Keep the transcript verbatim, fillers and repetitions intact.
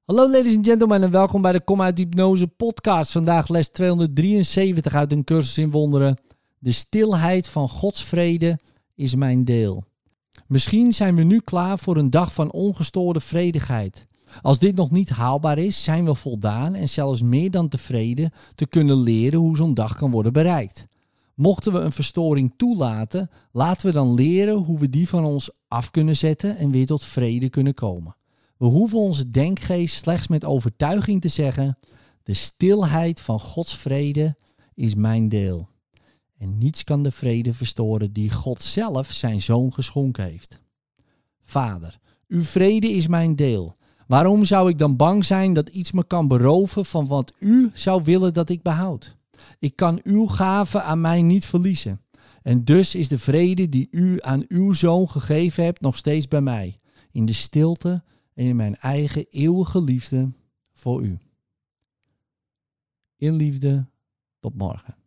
Hallo ladies and gentlemen en welkom bij de Kom uit Hypnose podcast. Vandaag les tweehonderddrieënzeventig uit een cursus in wonderen. De stilheid van Gods vrede is mijn deel. Misschien zijn we nu klaar voor een dag van ongestoorde vredigheid. Als dit nog niet haalbaar is, zijn we voldaan en zelfs meer dan tevreden te kunnen leren hoe zo'n dag kan worden bereikt. Mochten we een verstoring toelaten, laten we dan leren hoe we die van ons af kunnen zetten en weer tot vrede kunnen komen. We hoeven onze denkgeest slechts met overtuiging te zeggen: de stilheid van Gods vrede is mijn deel. En niets kan de vrede verstoren die God zelf zijn zoon geschonken heeft. Vader, uw vrede is mijn deel. Waarom zou ik dan bang zijn dat iets me kan beroven van wat u zou willen dat ik behoud? Ik kan uw gave aan mij niet verliezen. En dus is de vrede die u aan uw zoon gegeven hebt nog steeds bij mij. In de stilte en in mijn eigen eeuwige liefde voor u. In liefde, tot morgen.